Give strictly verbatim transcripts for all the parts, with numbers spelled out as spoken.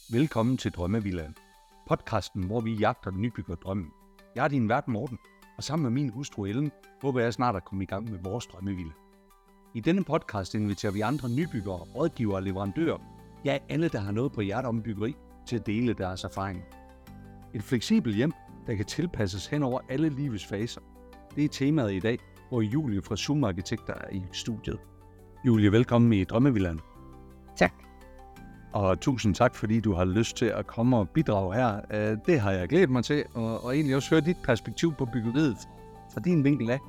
Velkommen til Drømmevillaen, podcasten, hvor vi jagter nybyggerdrømmen. Jeg er din vært Morten, og sammen med min hustru Ellen, håber jeg snart at komme i gang med vores drømmevilla. I denne podcast inviterer vi andre nybyggere, rådgivere og leverandører, ja alle, der har noget på hjertet om byggeri, til at dele deres erfaringer. Et fleksibelt hjem, der kan tilpasses hen over alle livets faser. Det er temaet i dag, hvor Julie fra Zoom Arkitekter er i studiet. Julie, velkommen i Drømmevillaen. Tak. Og tusind tak, fordi du har lyst til at komme og bidrage her. Det har jeg glædet mig til, og, og egentlig også høre dit perspektiv på byggeriet fra din vinkel af.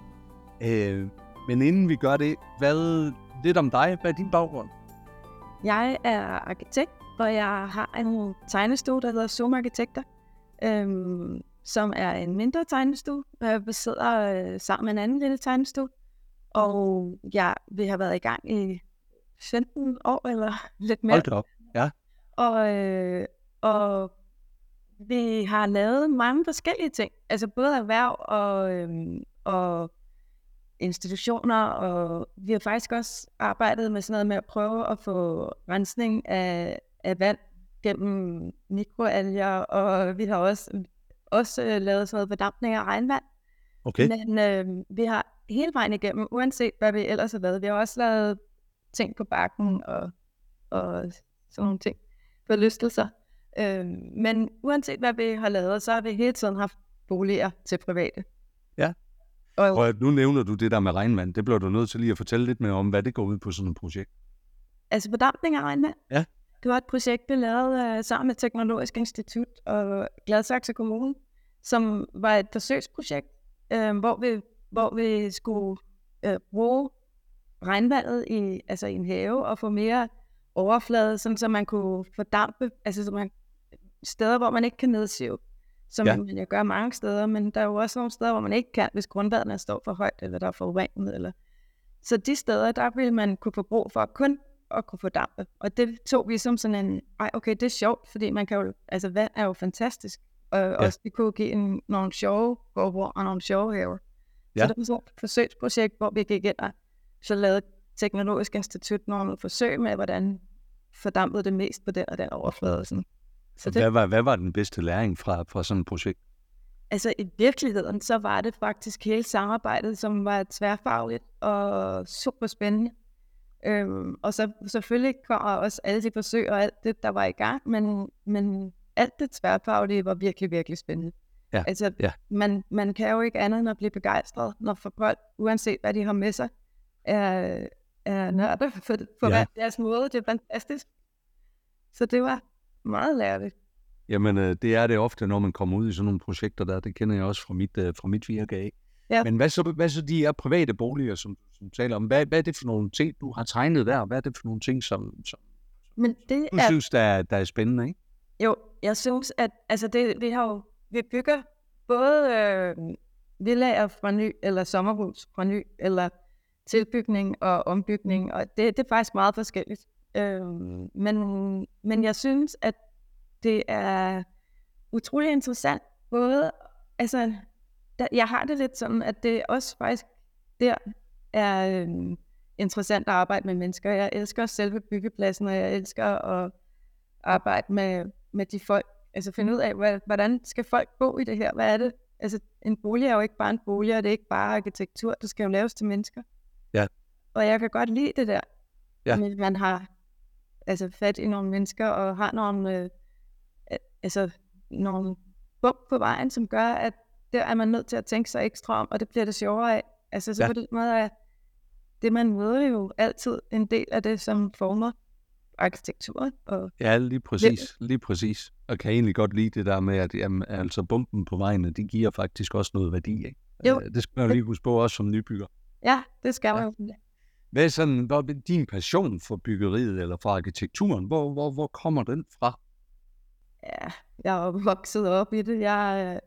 Men inden vi gør det, hvad lidt om dig? Hvad er din baggrund? Jeg er arkitekt, og jeg har en tegnestue, der hedder Zoom Arkitekter, øhm, som er en mindre tegnestue, der besidder øh, sammen med en anden lille tegnestue. Og ja, vi har været i gang i femten år eller lidt mere. Hold da op, ja. Og, øh, og vi har lavet mange forskellige ting, altså både erhverv og, øh, og institutioner, og vi har faktisk også arbejdet med sådan noget med at prøve at få rensning af, af vand gennem mikroalger, og vi har også, også lavet sådan noget fordampning af regnvand. Okay. Men øh, vi har hele vejen igennem, uanset hvad vi ellers har lavet. Vi har også lavet ting på bakken og, og sådan nogle ting, forlystelser. Øh, men uanset hvad vi har lavet, så har vi hele tiden haft boliger til private. Ja. Og, og nu nævner du det der med regnvand. Det bliver du nødt til lige at fortælle lidt mere om, hvad det går ud på sådan et projekt. Altså fordampning af regnvand? Ja. Det var et projekt, vi lavede uh, sammen med Teknologisk Institut og Gladsaxe Kommune, som var et forsøgsprojekt, uh, hvor, vi, hvor vi skulle uh, bruge regnvandet i, altså i en have og få mere overflade, sådan, så man kunne fordampe, altså så man, steder, hvor man ikke kan nedsive, som ja. man gør mange steder, men der er jo også nogle steder, hvor man ikke kan, hvis grundvandet står for højt, eller der er forurenet. Eller... Så de steder, der ville man kunne få brug for kun at kunne fordampe. Og det tog vi som sådan en, ej okay, det er sjovt, fordi man kan jo, altså vand er jo fantastisk, og ja. også det kunne give en, nogle sjove gårdbord og nogle sjove haver. Ja. Så det var sådan et forsøgsprojekt, hvor vi gik ind og så lavede Teknologisk Institut nogle forsøg med, hvordan fordampede det mest på den og den overflade. Sådan. Så det, hvad, var, hvad var den bedste læring fra, fra sådan et projekt? Altså i virkeligheden, så var det faktisk hele samarbejdet, som var tværfagligt og super spændende. Øhm, og så selvfølgelig kommer også alle de forsøg og alt det, der var i gang, men, men alt det tværfaglige var virkelig, virkelig spændende. Ja. Altså, ja. Man, man kan jo ikke andet end at blive begejstret, når folk, uanset hvad de har med sig, er, er nørder for, for ja. deres måde. Det er fantastisk. Så det var meget lærerigt. Jamen, det er det ofte, når man kommer ud i sådan nogle projekter der. Det kender jeg også fra mit, fra mit virke af. Ja. Men hvad så, hvad så de er private boliger, som du taler om? Hvad, hvad er det for nogle ting, du har tegnet der? Hvad er det for nogle ting, som, som Men det du er... synes, der er, der er spændende, ikke? Jo, jeg synes, at altså det, vi har jo, vi bygger både øh, villager fra ny, eller sommerhus fra ny, eller tilbygning og ombygning, og det, det er faktisk meget forskelligt. Øh, men, men jeg synes, at det er utrolig interessant, både, altså, der, jeg har det lidt sådan, at det også faktisk der er øh, interessant at arbejde med mennesker. Jeg elsker selve byggepladsen, og jeg elsker at arbejde med, med de folk, altså finde ud af, hvad, hvordan skal folk bo i det her, hvad er det? Altså, en bolig er jo ikke bare en bolig, og det er ikke bare arkitektur, det skal jo laves til mennesker. Ja. Og jeg kan godt lide det der, ja. men man har altså fat i nogle mennesker, og har nogle, øh, altså, nogle bump på vejen, som gør, at der er man nødt til at tænke sig ekstra om, og det bliver det sjovere af. Altså, så ja. på den måde er det, man møder jo altid en del af det, som former arkitektur. Og ja, lige præcis, lige præcis. Og kan egentlig godt lide det der med, at jamen, altså bumpen på vejen, de giver faktisk også noget værdi, ikke? Jo. Det skal man jo lige huske på, også som nybygger. Ja, det skal man jo. Ja. Hvad er sådan, hvor er din passion for byggeriet eller for arkitekturen? Hvor, hvor, hvor kommer den fra? Ja, jeg er vokset op i det. Jeg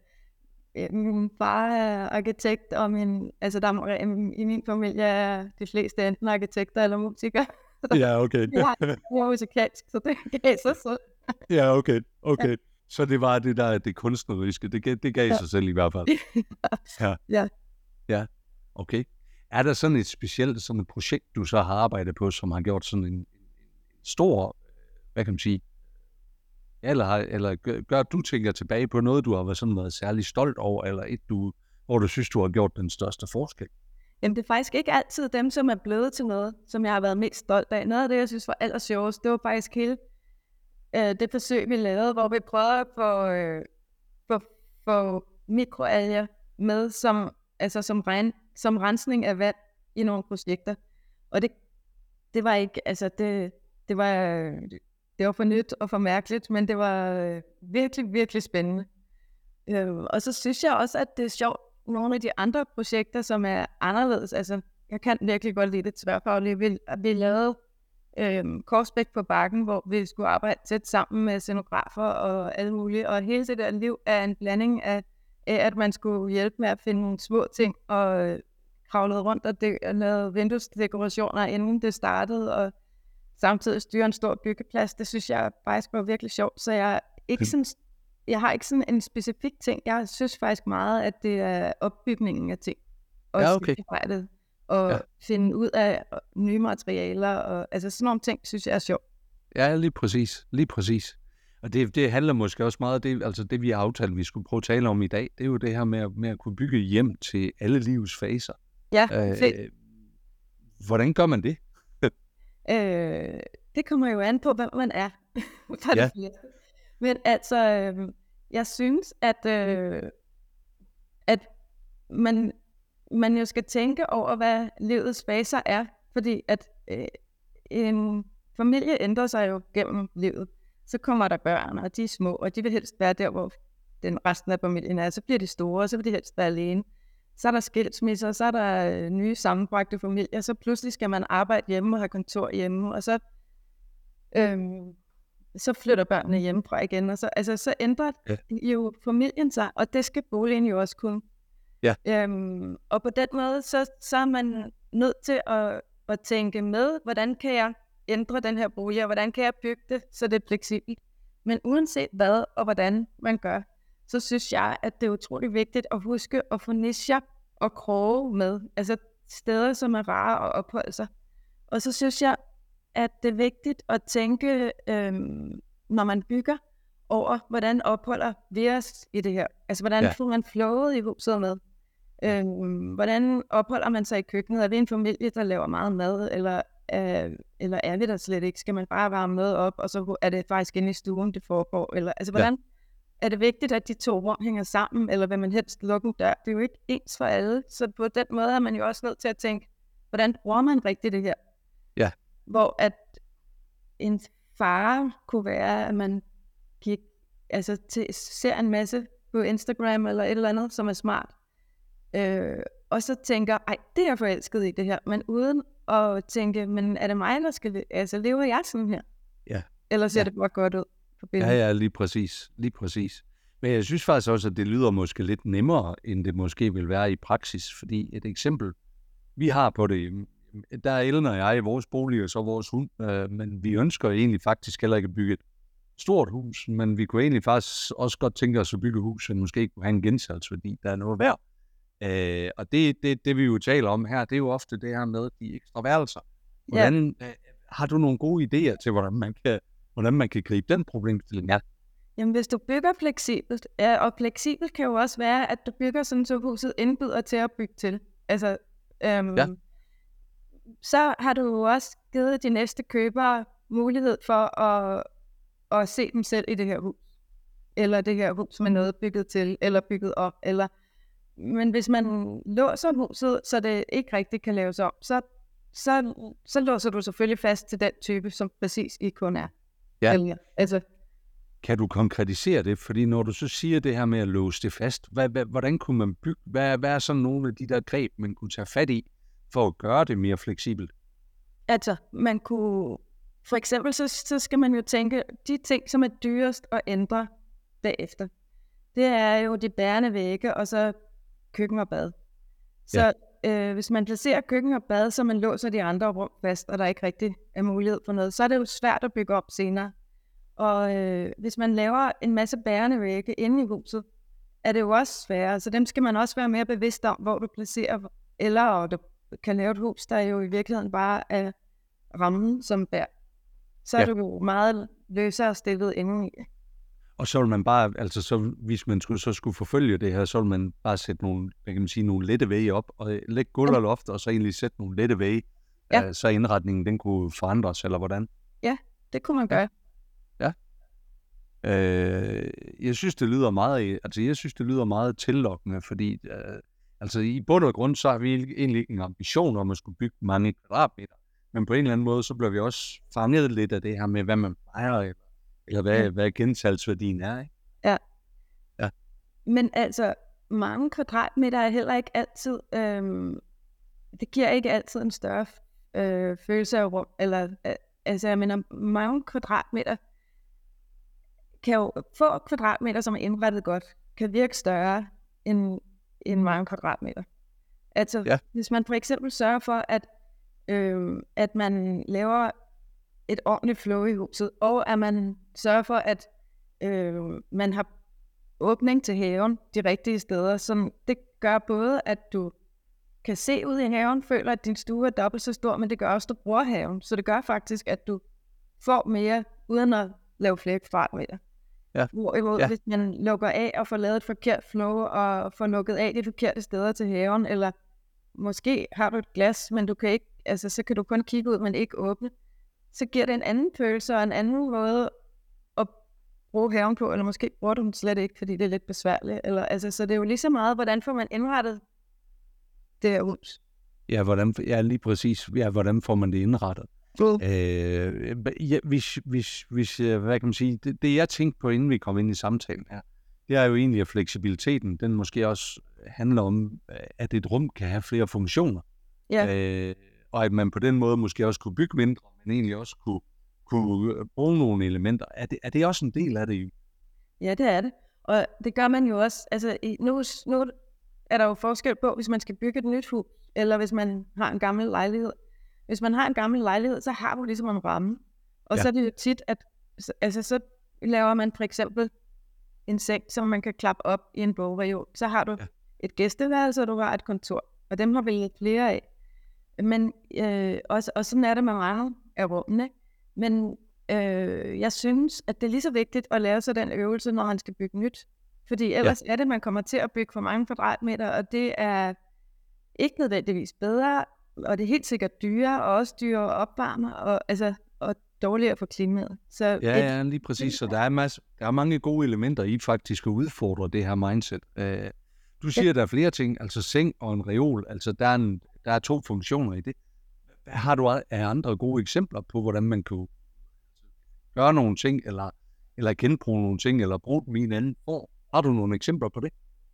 min far er arkitekt, og min, altså der er, i min familie er de fleste enten arkitekter eller musikere. Ja, okay. Jeg er musikalsk, så det gav sig selv. Ja, okay. okay. Ja. Så det var det der, det kunstneriske, det, det gav ja. sig selv i hvert fald. Ja. Ja. Ja, okay. Er der sådan et specielt sådan et projekt, du så har arbejdet på, som har gjort sådan en, en stor, hvad kan man sige, Eller, har, eller gør, gør, du tænker tilbage på noget, du har været, sådan været særlig stolt over, eller et, du, hvor du synes, du har gjort den største forskel? Jamen, det er faktisk ikke altid dem, som er blevet til noget, som jeg har været mest stolt af. Noget af det, jeg synes var allersjovest, det var faktisk hele øh, det forsøg, vi lavede, hvor vi prøvede at få, øh, få, få mikroalger med som, altså som, regn, som rensning af vand i nogle projekter. Og det, det var ikke, altså det, det var, det var for nyt og for mærkeligt, men det var øh, virkelig, virkelig spændende. Øh, og så synes jeg også, at det er sjovt, nogle af de andre projekter, som er anderledes. Altså, jeg kan virkelig godt lide det tværfaglige. Vi, vi lavede øh, Korsbæk på Bakken, hvor vi skulle arbejde tæt sammen med scenografer og alle mulige. Og hele det der liv er en blanding af, at man skulle hjælpe med at finde nogle små ting, og øh, kravlede rundt og, de, og lavede vinduesdekorationer, inden det startede, og samtidig styre en stor byggeplads. Det synes jeg faktisk var virkelig sjovt, så jeg ikke sådan... Jeg har ikke sådan en specifik ting. Jeg synes faktisk meget, at det er opbygningen af ting. Og ja, okay. arbejdet, og ja. Finde ud af nye materialer. Og, altså sådan nogle ting, synes jeg er sjovt. Ja, lige præcis. Lige præcis. Og det, det handler måske også meget om det, altså det, vi har aftalt, vi skulle prøve at tale om i dag. Det er jo det her med, med at kunne bygge hjem til alle livets faser. Ja, øh, hvordan gør man det? øh, det kommer jo an på, hvem man er. Ja. Men altså, øh, jeg synes, at, øh, at man, man jo skal tænke over, hvad livets faser er. Fordi at øh, en familie ændrer sig jo gennem livet. Så kommer der børn, og de er små, og de vil helst være der, hvor den resten af familien er. Så bliver de store, og så vil de helst være alene. Så er der skilsmisser, så er der øh, nye sammenbragte familier. Så pludselig skal man arbejde hjemme og have kontor hjemme, og så... Øh, så flytter børnene hjemmefra igen, og så, altså, så ændrer ja. jo familien sig, og det skal boligen jo også kunne. Ja. Øhm, og på den måde, så, så er man nødt til at, at tænke med, hvordan kan jeg ændre den her bolig, og hvordan kan jeg bygge det, så det er fleksibelt. Men uanset hvad og hvordan man gør, så synes jeg, at det er utrolig vigtigt at huske at få nischer og kroge med, altså steder, som er rare at opholde sig. Og så synes jeg, at det er vigtigt at tænke, øhm, når man bygger, over, hvordan opholder vi os i det her. Altså, hvordan ja. får man flowet i huset med? Øhm, hvordan opholder man sig i køkkenet? Er vi en familie, der laver meget mad, eller, øh, eller er vi der slet ikke? Skal man bare varme noget op, og så er det faktisk inde i stuen, det foregår? Eller, altså, hvordan ja. er det vigtigt, at de to rum hænger sammen, eller vil man helst lukke en dør? Det er jo ikke ens for alle, så på den måde er man jo også nødt til at tænke, hvordan bruger man rigtigt det her? Ja. Hvor at en fare kunne være, at man gik, altså til, ser en masse på Instagram eller et eller andet, som er smart, øh, og så tænker, ej, det er jeg forelsket i det her, men uden at tænke, men er det mig, der skal, altså lever jeg sådan her? Ja. Eller ser ja. det bare godt ud på billedet? Ja, ja, lige præcis, lige præcis. Men jeg synes faktisk også, at det lyder måske lidt nemmere, end det måske vil være i praksis, fordi et eksempel, vi har på det, der er Ellen og jeg i vores bolig, og så vores hund, øh, men vi ønsker egentlig faktisk heller ikke at bygge et stort hus, men vi kunne egentlig faktisk også godt tænke os at bygge et hus, som måske kunne have en gensalgsværdi, der er noget værd. Øh, og det, det, det vi jo taler om her, det er jo ofte det her med de ekstra værelser. Hvordan, ja. øh, har du nogle gode idéer til, hvordan man kan, hvordan man kan gribe den problemstilling? Ja. Jamen, hvis du bygger fleksibelt, ja, og fleksibelt kan jo også være, at du bygger sådan, så huset indbyder til at bygge til. Altså, øhm, ja. så har du jo også givet de næste købere mulighed for at, at se dem selv i det her hus. Eller det her hus med noget bygget til, eller bygget op. Eller... Men hvis man låser huset, så det ikke rigtig kan laves om, så, så, så låser du selvfølgelig fast til den type, som præcis I kun er. Ja. Eller, altså... Kan du konkretisere det? Fordi når du så siger det her med at låse det fast, hvad, hvad, hvordan kunne man bygge, hvad, hvad er sådan nogle af de der greb, man kunne tage fat i, for at gøre det mere fleksibelt? Altså, man kunne... For eksempel, så, så skal man jo tænke, de ting, som er dyrest at ændre bagefter, det er jo de bærende vægge, og så køkken og bad. Så ja. øh, hvis man placerer køkken og bad, så man låser de andre rum fast, og der ikke rigtig er mulighed for noget, så er det jo svært at bygge op senere. Og øh, hvis man laver en masse bærende vægge inde i huset, er det jo også sværere, så dem skal man også være mere bevidst om, hvor du placerer, eller og du kan lave et hus, der jo i virkeligheden bare er rammen som bær. Så ja. er du jo meget løsere stillet inde i. Og så vil man bare, altså så, hvis man skulle, så skulle forfølge det her, så vil man bare sætte nogle, hvad kan man sige, nogle lette vægge op, og lægge gulv og loft, og så egentlig sætte nogle lette vægge, Ja. øh, så indretningen, den kunne forandres, eller hvordan? Ja, det kunne man gøre. Ja. Øh, jeg synes, det lyder meget, altså jeg synes, det lyder meget tillokkende, fordi øh, altså i bund og grund, så har vi egentlig ikke en ambition om at skulle bygge mange kvadratmeter, men på en eller anden måde, så bliver vi også fanget lidt af det her med, hvad man plejer, eller, eller hvad, Ja. hvad gensalgsværdien er, ikke? Ja. Ja. Men altså, mange kvadratmeter er heller ikke altid, øhm, det giver ikke altid en større øh, følelse af rum, eller øh, altså jeg mener, mange kvadratmeter kan jo, få kvadratmeter, som er indrettet godt, kan virke større end, end mange kvadratmeter. Altså, Ja. hvis man for eksempel sørger for, at, øh, at man laver et ordentligt flow i huset, og at man sørger for, at øh, man har åbning til haven de rigtige steder, så det gør både, at du kan se ud i haven, føler, at din stue er dobbelt så stor, men det gør også, at du bruger haven. Så det gør faktisk, at du får mere, uden at lave flere kvadratmeter. Ja. Hvorimod, Ja. hvis man lukker af og får lavet et forkert flow, og får lukket af de forkerte steder til haven, eller måske har du et glas, men du kan ikke, altså så kan du kun kigge ud, men ikke åbne, så giver det en anden følelse og en anden måde at bruge haven på, eller måske bruger du den slet ikke, fordi det er lidt besværligt. Eller, altså, så det er jo lige så meget, hvordan får man indrettet det her hus. Ja, hvordan, ja, lige præcis. Ja, hvordan får man det indrettet? Mm. Øh, ja, hvis, hvis, hvis, øh, hvad kan man sige, det, det jeg tænkte på, inden vi kom ind i samtalen her, det er jo egentlig, at fleksibiliteten, den måske også handler om, at et rum kan have flere funktioner. Ja. Øh, og at man på den måde måske også kunne bygge mindre, men egentlig også kunne, kunne bruge nogle elementer. Er det, er det også en del af det? Ja, det er det. Og det gør man jo også. Altså, i, nu, nu er der jo forskel på, hvis man skal bygge et nyt hus, eller hvis man har en gammel lejlighed. Hvis man har en gammel lejlighed, så har du ligesom en ramme. Og Ja. så er det jo tit, at altså, så laver man for eksempel en seng, som man kan klappe op i en bogreol. Så har du Ja. et gæsteværelse, og du har et kontor. Og dem har vi lidt flere af. Men, øh, også, og sådan er det med mange af rummene. Men øh, jeg synes, at det er lige så vigtigt at lave sig den øvelse, når man skal bygge nyt. Fordi ellers ja. er det, man kommer til at bygge for mange kvadratmeter, og det er ikke nødvendigvis bedre, og det er helt sikkert dyrere, og også dyrere at opvarme, og, altså, og dårligere for klimaet. Så Ja, et, ja, lige præcis. Så der er, masse, der er mange gode elementer i faktisk at udfordre det her mindset. Øh, du siger, ja. der er flere ting, altså seng og en reol, altså der er, en, der er to funktioner i det. Hvad har du af andre gode eksempler på, hvordan man kan gøre nogle ting, eller, eller genbruge nogle ting, eller bruge dem i en anden form? Har du nogle eksempler på det?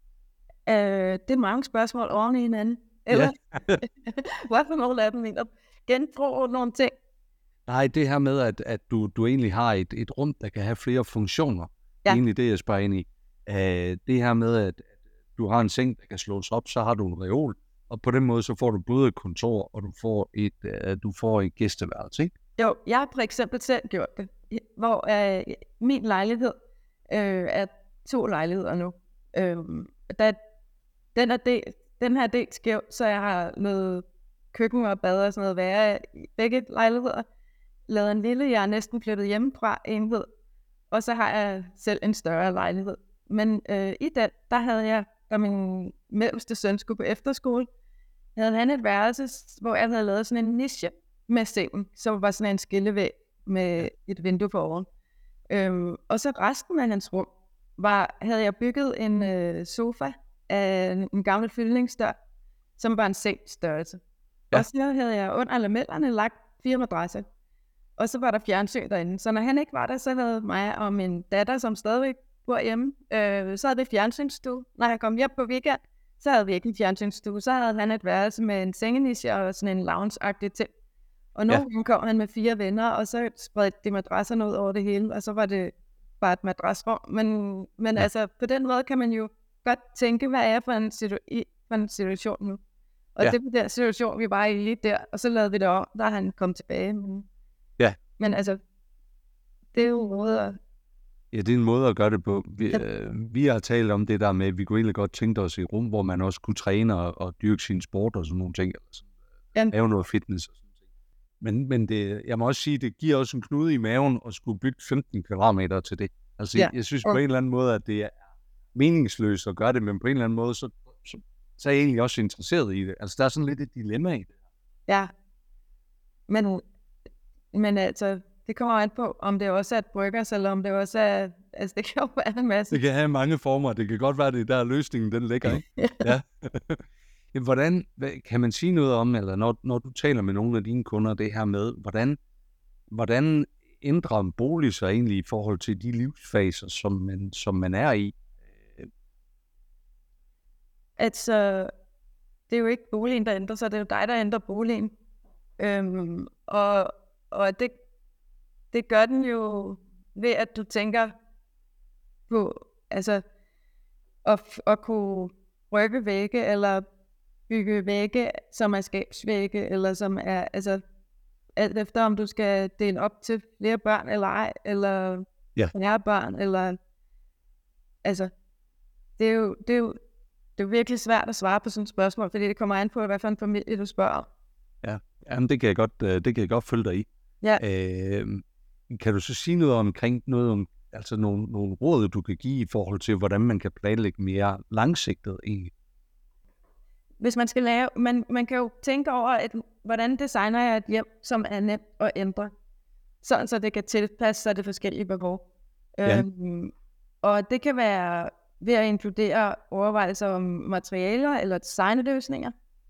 øh, det er mange spørgsmål oven i hinanden. Eller, Ja. hvad for nogle af dem mener? Genbruge nogle ting. Nej, det her med, at, at du, du egentlig har et, et rum, der kan have flere funktioner. Ja. Det er Ja. egentlig det, jeg spørger ind i. Uh, det her med, at, at du har en seng, der kan slås op, så har du en reol, og på den måde, så får du både et kontor, og du får et, uh, du får et gæsteværelse, ikke? Jo, jeg har for eksempel selv gjort det, hvor øh, min lejlighed øh, er to lejligheder nu. Øh, der, den, er del, den her er delt skæv, så jeg har noget køkken og bad og sådan noget være i begge lejligheder. Lavet en lille, jeg er næsten flyttet hjemmefra enhed, og så har jeg selv en større lejlighed. Men øh, i den, der havde jeg, da min mellemste søn skulle på efterskole, havde han et værelse, hvor jeg havde lavet sådan en niche med sengen, som var sådan en skillevæg med et vindue på oven. Øhm, og så resten af hans rum, var, havde jeg bygget en øh, sofa af en, en gammel fyldningsdør, som var en sengstørrelse. Ja. Og så havde jeg under lamellerne lagt fire madrasser. Og så var der fjernsyn derinde. Så når han ikke var der, så havde mig og min datter, som stadigvæk bor hjemme, øh, så havde vi fjernsynsstue. Når jeg kom hjem på weekend, så havde vi ikke en fjernsynsstue. Så havde han et værelse med en sengeniche og sådan en lounge-agtig ting. Og nogle gange kom han med fire venner, og så spredte de madrasserne ud over det hele, og så var det bare et madrasrum. Men, men Ja. altså, på den måde kan man jo godt tænke, hvad er for en, situ- i, for en situation nu. Og Ja. det var den situation, vi var i lige der, og så lavede vi det om, da han kom tilbage. Men, Ja. men altså, det er jo måde at... Ja, det er en måde at gøre det på. Vi, Ja. øh, vi har talt om det der med, at vi kunne egentlig godt tænke os i et rum, hvor man også kunne træne og, og dyrke sin sport og sådan nogle ting. Eller sådan, Ja. lave noget fitness og sådan ting. Men, men det, jeg må også sige, det giver også en knude i maven at skulle bygge femten kvadratmeter til det. Altså, Ja. jeg, jeg synes på Og- en eller anden måde, at det er meningsløst at gøre det, men på en eller anden måde, så, så, så er jeg egentlig også interesseret i det. Altså, der er sådan lidt et dilemma i det. Ja. Men, men altså, det kommer an på, om det også er et bryggers, eller om det også er... Altså, det kan jo være en masse. Det kan have mange former. Det kan godt være, det er der løsningen, den ligger, ikke? Ja. Jamen, hvordan, hvad, kan man sige noget om, eller når, når du taler med nogle af dine kunder, det her med, hvordan, hvordan ændrer en bolig sig egentlig i forhold til de livsfaser, som man, som man er i? Altså, det er jo ikke boligen, der ændrer sig, det er jo dig, der ændrer boligen. Øhm, og og det, det gør den jo ved, at du tænker på, altså, at, at kunne rykke vægge, eller bygge vægge, som er skabsvægge, eller som er, altså, alt efter om du skal dele op til flere børn eller ej, eller Ja. færre børn, eller, altså, det er jo, det er jo, det er jo virkelig svært at svare på sådan et spørgsmål, fordi det kommer an på, hvad for en familie du spørger om. Ja, jamen, det kan jeg godt, øh, det kan jeg godt følge dig i. Ja. Øh, kan du så sige noget omkring noget om, altså nogle, nogle råd, du kan give i forhold til, hvordan man kan planlægge mere langsigtet egentlig? Hvis man skal lave, man, man kan jo tænke over, et, hvordan designer jeg et hjem, som er nemt at ændre, sådan så det kan tilpasse sig det forskellige behov. Ja. Øhm, og det kan være ved at inkludere overvejelser om materialer eller designløsninger.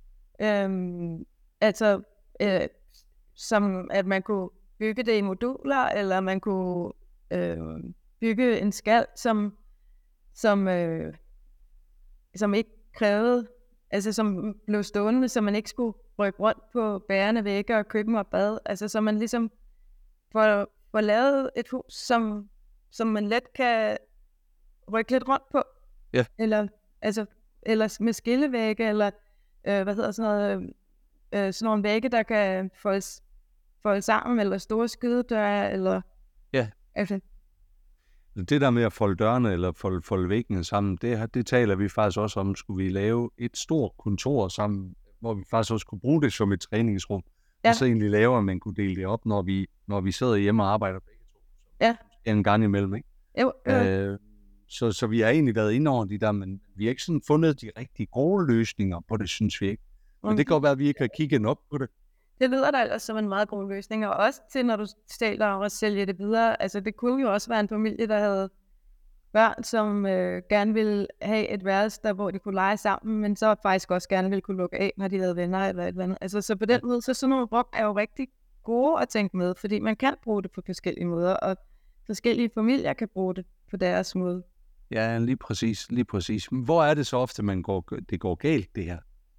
Øhm, altså, øh, som at man kunne bygge det i moduler, eller man kunne øh, bygge en skal, som, som, øh, som ikke krævede, altså som blev stående, så man ikke skulle rykke rundt på bærende vægge og køkken og bad. Altså så man ligesom får, får lavet et hus, som, som man let kan rykke lidt rundt på. Ja. Eller, altså, eller med skillevægge, eller øh, hvad hedder sådan noget, øh, sådan nogle vægge, der kan foldes, folde sammen, eller store skydedøre, eller... Ja. Altså, Det der med at folde dørene eller folde, folde væggene sammen, det, det taler vi faktisk også om, skulle vi lave et stort kontor sammen, hvor vi faktisk også kunne bruge det som et træningsrum, Ja. og så egentlig lave, at man kunne dele det op, når vi, når vi sidder hjemme og arbejder begge to. Ja. En gang imellem, ikke? jo, øh, Øh, så, så vi har egentlig været inde over de der, men vi har ikke sådan fundet de rigtig gode løsninger på det, synes vi ikke. Men det kan godt være, at vi ikke har kigget op på det. Det lyder da ellers som en meget god løsning, og også til, når du taler om at sælge det videre. Altså, det kunne jo også være en familie, der havde børn, som øh, gerne ville have et værelse, der, hvor de kunne lege sammen, men så faktisk også gerne ville kunne lukke af, når de havde venner eller et eller andet. Altså, så på den måde, så sådan nogle rum er jo rigtig gode at tænke med, fordi man kan bruge det på forskellige måder, og forskellige familier kan bruge det på deres måde. Ja, lige præcis, lige præcis. Men hvor er det så ofte, man går, det går galt, det her?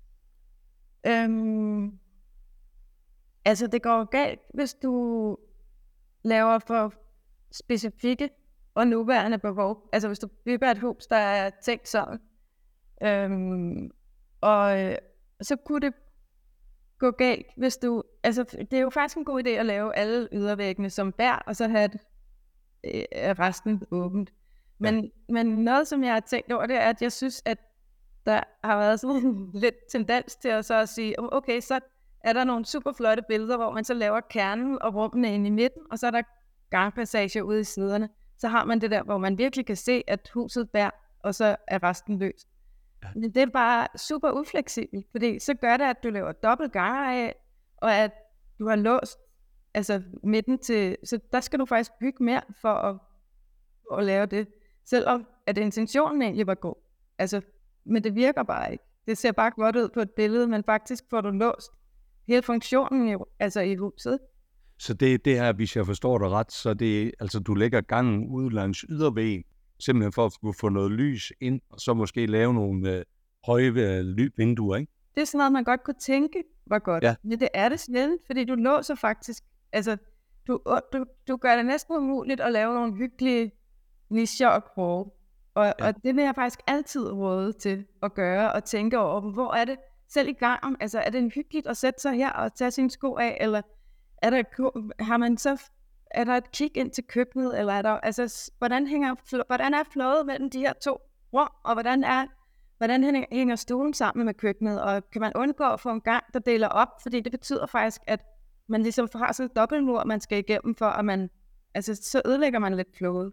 Øhm, altså, det går galt, hvis du laver for specifikke og nuværende behov. Altså, hvis du bygger et hus, der er tænkt sådan, øhm, og øh, så kunne det gå galt, hvis du... Altså, det er jo faktisk en god idé at lave alle ydervæggene som bær, og så have det, øh, resten åbent. Men, ja. men noget, som jeg har tænkt over, det er, at jeg synes, at der har været sådan lidt tendens til at, så at sige, okay, så er der nogle super flotte billeder, hvor man så laver kernen og rummene inde i midten, og så er der gangpassager ude i siderne. Så har man det der, hvor man virkelig kan se, at huset bær, og så er resten løst. Ja. Men det er bare super ufleksibelt, fordi så gør det, at du laver dobbelt gangareal, og at du har låst altså midten til, så der skal du faktisk bygge mere for at, at lave det, selvom at intentionen egentlig var god. Altså, men det virker bare ikke. Det ser bare godt ud på et billede, men faktisk får du låst hele funktionen i, altså i huset. Så det, det her, hvis jeg forstår det ret, så det altså du lægger gangen ud langs ydervæggen, simpelthen for at få noget lys ind, og så måske lave nogle øh, høje øh, vinduer, ikke? Det er sådan noget, man godt kunne tænke var godt. Ja. Men det er det slet, fordi du låser faktisk, altså du, du, du gør det næsten umuligt at lave nogle hyggelige nicher og kroge. Og, ja. og det vil jeg faktisk altid råde til at gøre og tænke over, hvor er det selv i gang, altså er det hyggeligt at sætte sig her og tage sine sko af, eller er der, har man så, er der et kig ind til køkkenet, eller er der, altså hvordan, hænger, hvordan er flowet mellem de her to rum, og hvordan er, hvordan hænger stuen sammen med køkkenet, og kan man undgå at få en gang, der deler op, fordi det betyder faktisk, at man ligesom har sådan en dobbeltmur, man skal igennem for, at man, altså så ødelægger man lidt flowet.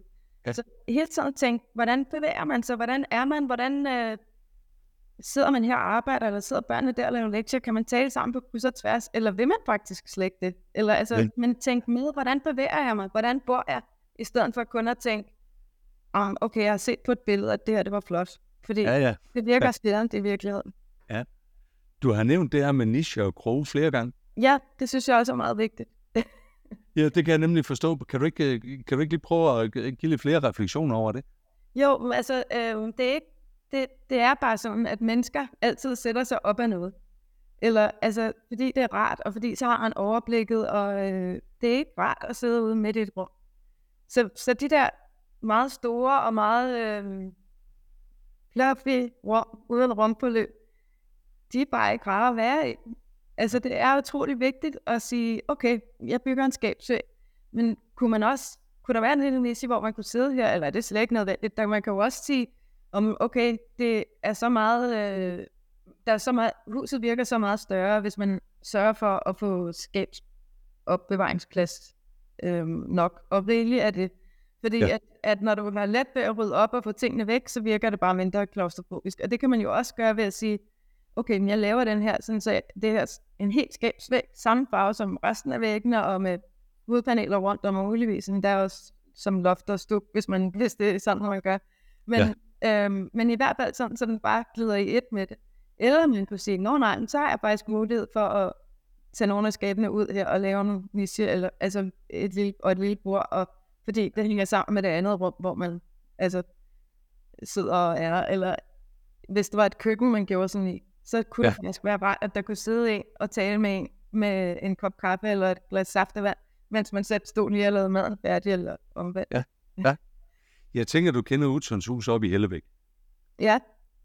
Ja. Så hele tiden at tænke, hvordan bevæger man sig, hvordan er man, hvordan øh, sidder man her og arbejder, eller sidder børnene der og laver lektier, kan man tale sammen på kryds og tværs, eller vil man faktisk slet ikke det? Eller altså, ja. Men tænk med, hvordan bevæger jeg mig, hvordan bor jeg, i stedet for kun at tænke, oh, okay, jeg har set på et billede, at det her, det var flot, fordi ja, ja. det virker ja. Spændende i virkeligheden. Ja. Du har nævnt det her med niche og kroge flere gange. Ja, det synes jeg også er meget vigtigt. Ja, det kan jeg nemlig forstå. Kan du ikke, kan du ikke lige prøve at give lidt flere refleksioner over det? Jo, men altså, øh, det, er ikke, det, det er bare sådan, at mennesker altid sætter sig op af noget. Eller, altså, fordi det er rart, og fordi så har man overblikket, og øh, det er ikke rart at sidde ude midt i et rum. Så, så de der meget store og meget øh, fluffy rum, uden rumforløb, de er bare ikke rare at være i. Altså, det er utrolig vigtigt at sige, okay, jeg bygger en skabsvæg, men kunne man også, kunne der være en lille niche, hvor man kunne sidde her, eller er det slet ikke nødvendigt? Der man kan jo også sige, om okay, det er så meget, øh, der er så meget, huset virker så meget større, hvis man sørger for at få skabsopbevaringsplads øh, nok, og rigeligt er det. Fordi ja. at, at når du har let ved at rydde op og få tingene væk, så virker det bare mindre klaustrofobisk, og det kan man jo også gøre ved at sige, okay, men jeg laver den her, sådan så det her en helt skabsvæg, samme farve som resten af væggene, og med hudpaneler rundt om muligvis. Der er også som loft og stuk, hvis, man, hvis det er sådan, man gør. Men, ja. øhm, men i hvert fald sådan, så den bare glider i et med det. Eller man kunne sige, nå nej, så har jeg faktisk mulighed for at tage nogle af skabene ud her og lave en niche, eller altså et lille, og et lille bord, og, fordi det hænger sammen med det andet rum, hvor man altså sidder og er, eller hvis det var et køkken, man gjorde sådan i, så kunne ja. det faktisk være rart, at der kunne sidde en og tale med en med en kop kaffe eller et glas saftevand, mens man selv stod lige og lavede maden færdig eller omvendt. Ja, ja. Jeg tænker, du kender Utzons hus op i Hellebæk. Ja.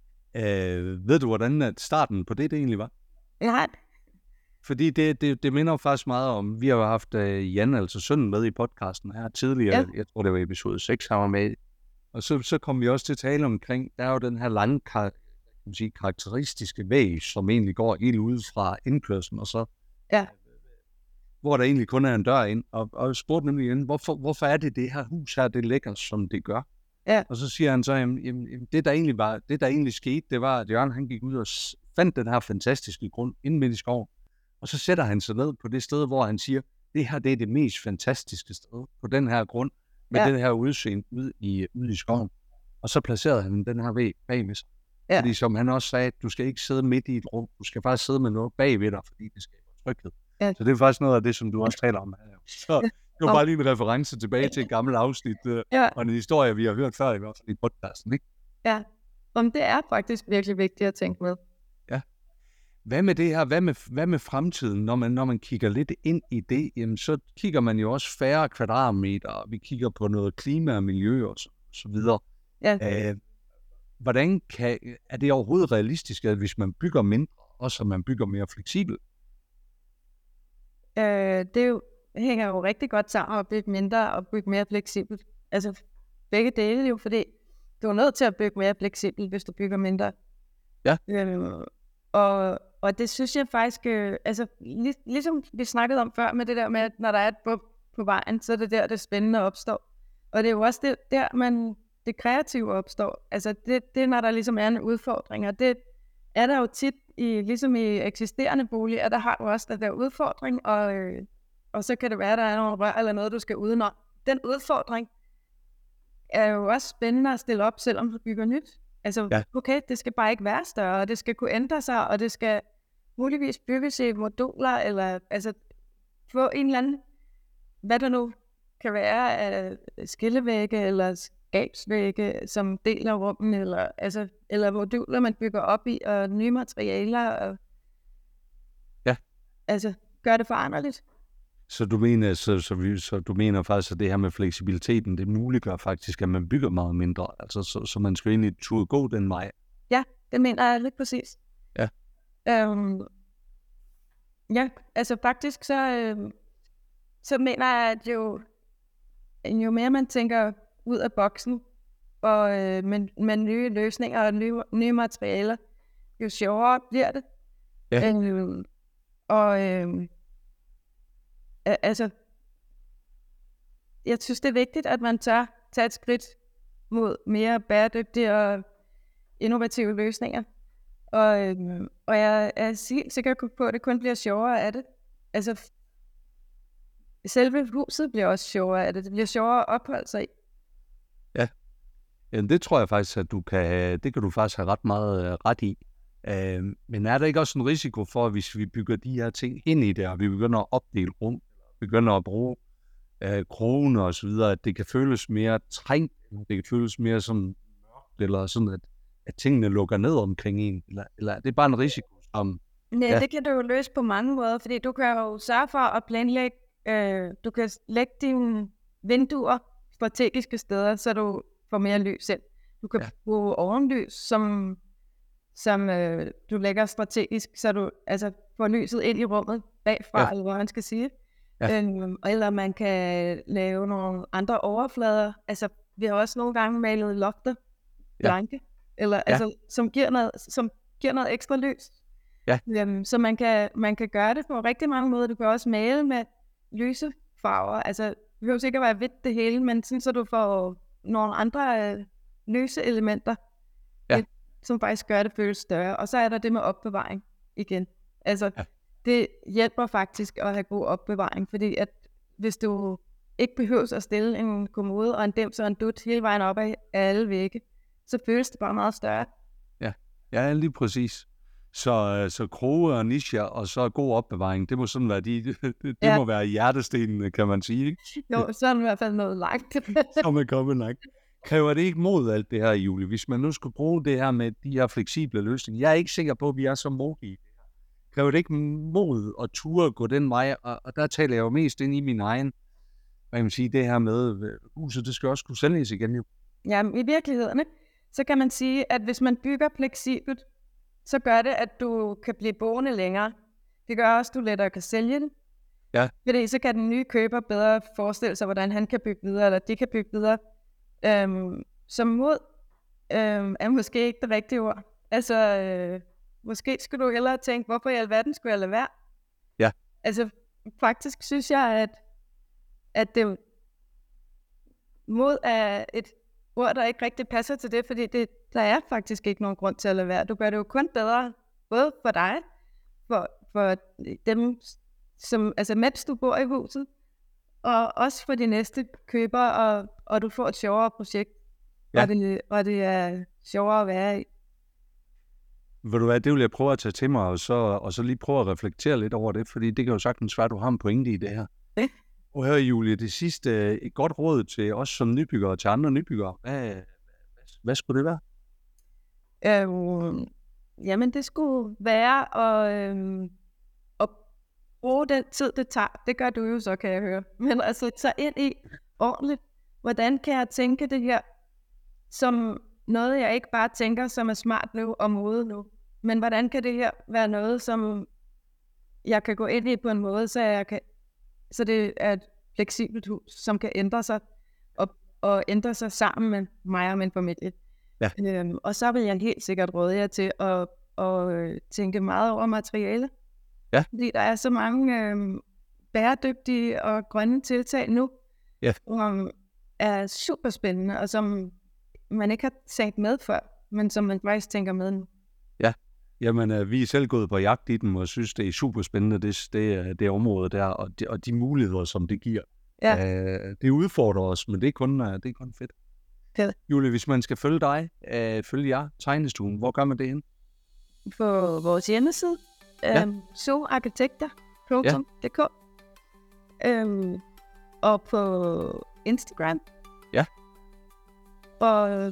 Øh, ved du, hvordan at starten på det, det egentlig var? Ja. Fordi det, det, det minder faktisk meget om, vi har haft uh, Jan, altså sønnen, med i podcasten her tidligere. Ja. Jeg tror, det var episode seks, han var med. Og så, så kom vi også til at tale omkring, der er jo den her lange kar- kan man sige, karakteristiske væg, som egentlig går helt ud fra indkørslen, og så ja. hvor der egentlig kun er en dør ind. Og, og jeg spurgte nemlig igen, hvorfor, hvorfor er det det her hus her, det ligger, som det gør? Ja. Og så siger han så, jamen, jamen, det der egentlig var, det der egentlig skete, det var, at Jørgen han gik ud og fandt den her fantastiske grund inde midt i skoven. Og så sætter han sig ned på det sted, hvor han siger, det her det er det mest fantastiske sted på den her grund, med ja. den her udseende ude i, ude i skoven. Og så placerede han den her væg bag med sig. Ja. Fordi som han også sagde, du skal ikke sidde midt i et rum, du skal faktisk sidde med noget bag ved dig, fordi det skaber tryghed. Ja. Så det er faktisk noget af det, som du også taler om her. Så det var bare lige en reference tilbage til et gammelt afsnit, ja. og en historie, vi har hørt før i hvert fald i podcasten, ikke? Ja, om det er faktisk virkelig vigtigt at tænke med. Ja. Hvad med det her? Hvad med, hvad med fremtiden? Når man, når man kigger lidt ind i det, jamen, så kigger man jo også færre kvadratmeter, og vi kigger på noget klima og miljø og så, så videre. Ja. Æh, hvordan kan, er det overhovedet realistisk, at hvis man bygger mindre, også at man bygger mere fleksibelt? Øh, det jo, hænger jo rigtig godt sammen at bygge mindre og bygge mere fleksibelt. Altså begge dele jo, fordi du er nødt til at bygge mere fleksibelt, hvis du bygger mindre. Ja. Øh, og, og det synes jeg faktisk, øh, altså lig, ligesom vi snakkede om før med det der med, at når der er et bump på vejen, så er det der, det spændende opstår. Og det er jo også det, der, man, det kreative opstår. Altså det, det er, når der ligesom er en udfordring, og det er der jo tit, i, ligesom i eksisterende boliger, der har du også den der udfordring, og, øh, og så kan det være, at der er nogle rør eller noget, du skal udenom. Den udfordring er jo også spændende at stille op, selvom du bygger nyt. Altså, ja. okay, det skal bare ikke være større, og det skal kunne ændre sig, og det skal muligvis bygges i moduler, eller altså få en eller anden, hvad der nu kan være af skillevægge, eller skabsvægge, som deler rummen, eller, altså, eller moduler, man bygger op i, og nye materialer, og ja. altså, gør det foranderligt. Så du mener, så, så, vi, så du mener faktisk, at det her med fleksibiliteten, det muliggør faktisk, at man bygger meget mindre, altså så, så man skal egentlig turde gå den vej? Ja, det mener jeg lidt præcis. Ja. Øhm, ja, altså faktisk så, øhm, så mener jeg, at jo, jo mere man tænker ud af boksen, og øh, med, med nye løsninger og nye, nye materialer, jo sjovere bliver det. Ja. Øhm, og øh, altså, jeg synes, det er vigtigt, at man tør tage et skridt mod mere bæredygtige og innovative løsninger. Og, øhm, og jeg er helt sikker på, at det kun bliver sjovere af det. Altså, selve huset bliver også sjovere af det. Det bliver sjovere at opholde sig i. Ja, Jamen, det tror jeg faktisk, at du kan, det kan du faktisk have ret meget uh, ret i. Uh, men er der ikke også en risiko for, at hvis vi bygger de her ting ind i det, og vi begynder at opdele rum, begynder at bruge uh, kroner og så videre, at det kan føles mere trængt, det kan føles mere sådan mørkt, eller sådan, at, at tingene lukker ned omkring en, eller, eller det er bare en risiko? Som, Nej, ja. Det kan du jo løse på mange måder, fordi du kan jo sørge for at planlægge, øh, du kan lægge dine vinduer strategiske steder, så du får mere lys ind. Du kan ja. bruge ovenlys, som, som øh, du lægger strategisk, så du altså får lyset ind i rummet bagfra, ja. eller hvad man skal sige. Ja. Øhm, eller man kan lave nogle andre overflader. Altså, vi har også nogle gange malet lofter blanke, ja. eller, ja. altså, som, giver noget, som giver noget ekstra lys. Ja. Øhm, så man kan, man kan gøre det på rigtig mange måder. Du kan også male med lyse farver. Altså, det behøver sikkert være hvidt det hele, men sådan, så du får nogle andre øh, løse elementer, ja. et, som faktisk gør det føles større. Og så er der det med opbevaring igen. Altså, ja. det hjælper faktisk at have god opbevaring, fordi at hvis du ikke behøver at stille en kommode og en dims og en dut hele vejen op af alle vægge, så føles det bare meget større. Ja, ja lige præcis. Så, så kroge og nicher, og så god opbevaring, det må sådan være, de, det, det ja. må være hjertestenene, kan man sige, ikke? Jo, så er det i hvert fald noget langt. Så man kommer langt. Kræver det ikke mod alt det her, Julie? Hvis man nu skulle bruge det her med de her fleksible løsninger, jeg er ikke sikker på, at vi er så modige. Kræver det ikke mod at ture at gå den vej, og, og der taler jeg jo mest ind i min egen, hvad kan man sige, det her med huset, det skal også kunne sælges igen, jo. Ja, i virkeligheden, så kan man sige, at hvis man bygger fleksibelt, så gør det, at du kan blive boende længere. Det gør også, at du lettere kan sælge det. Ja. Fordi så kan den nye køber bedre forestille sig, hvordan han kan bygge videre, eller de kan bygge videre. Øhm, som mod øhm, er måske ikke det rigtige ord. Altså, øh, måske skulle du hellere tænke, hvorfor i alverden skulle jeg lade være? Ja. Altså, faktisk synes jeg, at, at det mod er et ord, der ikke rigtig passer til det, fordi det, der er faktisk ikke nogen grund til at lade være. Du gør det jo kun bedre, både for dig, for, for dem, som, altså mens du bor i huset, og også for de næste købere, og, og du får et sjovere projekt, ja. og, det, og det er sjovere at være i. Ved du hvad, det vil jeg prøve at tage til mig, og så, og så lige prøve at reflektere lidt over det, fordi det kan jo sagtens være, at du har en pointe i det her. Ja. Og hør, Julie, det sidste, et godt råd til os som nybyggere og til andre nybyggere. Hvad, hvad, hvad skulle det være? Øhm, jamen, det skulle være at, øhm, at bruge den tid, det tager. Det gør du jo så, kan jeg høre. Men altså, tage ind i ordentligt, hvordan kan jeg tænke det her som noget, jeg ikke bare tænker, som er smart nu og mode nu. Men hvordan kan det her være noget, som jeg kan gå ind i på en måde, så jeg kan så det er et fleksibelt hus, som kan ændre sig, og, og ændre sig sammen med mig og min familie. Ja. Øhm, og så vil jeg helt sikkert råde jer til at, at tænke meget over materiale. Ja. Fordi der er så mange øhm, bæredygtige og grønne tiltag nu, ja. som er super spændende, og som man ikke har tænkt med før, men som man faktisk tænker med nu. Ja. Jamen, øh, vi er selv gået på jagt i dem, og synes, det er super spændende, det, det, det område der, og de, og de muligheder, som det giver. Ja. Øh, det udfordrer os, men det er kun, det er kun fedt. Fedt. Julie, hvis man skal følge dig, øh, følge jer, Tegnestuen, hvor gør man det hen? På vores hjemmeside, ja. øhm, soarkitekter punktum d k, ja. øhm, og på Instagram. Ja. Og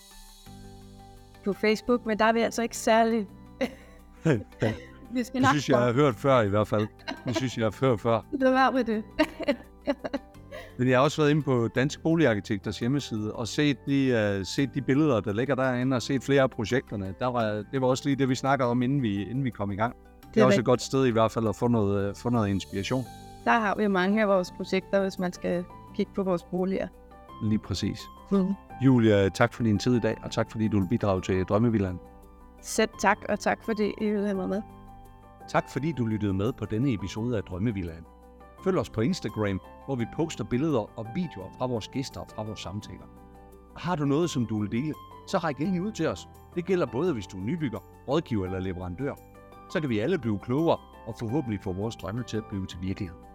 på Facebook, men der er vi altså ikke særlig. det synes jeg, jeg har hørt før i hvert fald. Det synes jeg, jeg har hørt før. Det var med det. Men jeg har også været inde på Dansk Boligarkitekters hjemmeside og set de, uh, set de billeder, der ligger derinde, og set flere af projekterne. Der var, det var også lige det, vi snakkede om, inden vi, inden vi kom i gang. Det er, det er også et godt sted i hvert fald at få noget, uh, få noget inspiration. Der har vi mange af vores projekter, hvis man skal kigge på vores boliger. Lige præcis. Mm. Julia, tak for din tid i dag, og tak fordi du vil bidrage til Drømmevillaen. Selv tak, og tak fordi I ville have mig med. Tak fordi du lyttede med på denne episode af Drømmevillaen. Følg os på Instagram, hvor vi poster billeder og videoer fra vores gæster og fra vores samtaler. Har du noget, som du vil dele, så ræk endelig ud til os. Det gælder både, hvis du er nybygger, rådgiver eller leverandør. Så kan vi alle blive klogere og forhåbentlig få vores drømme til at blive til virkelighed.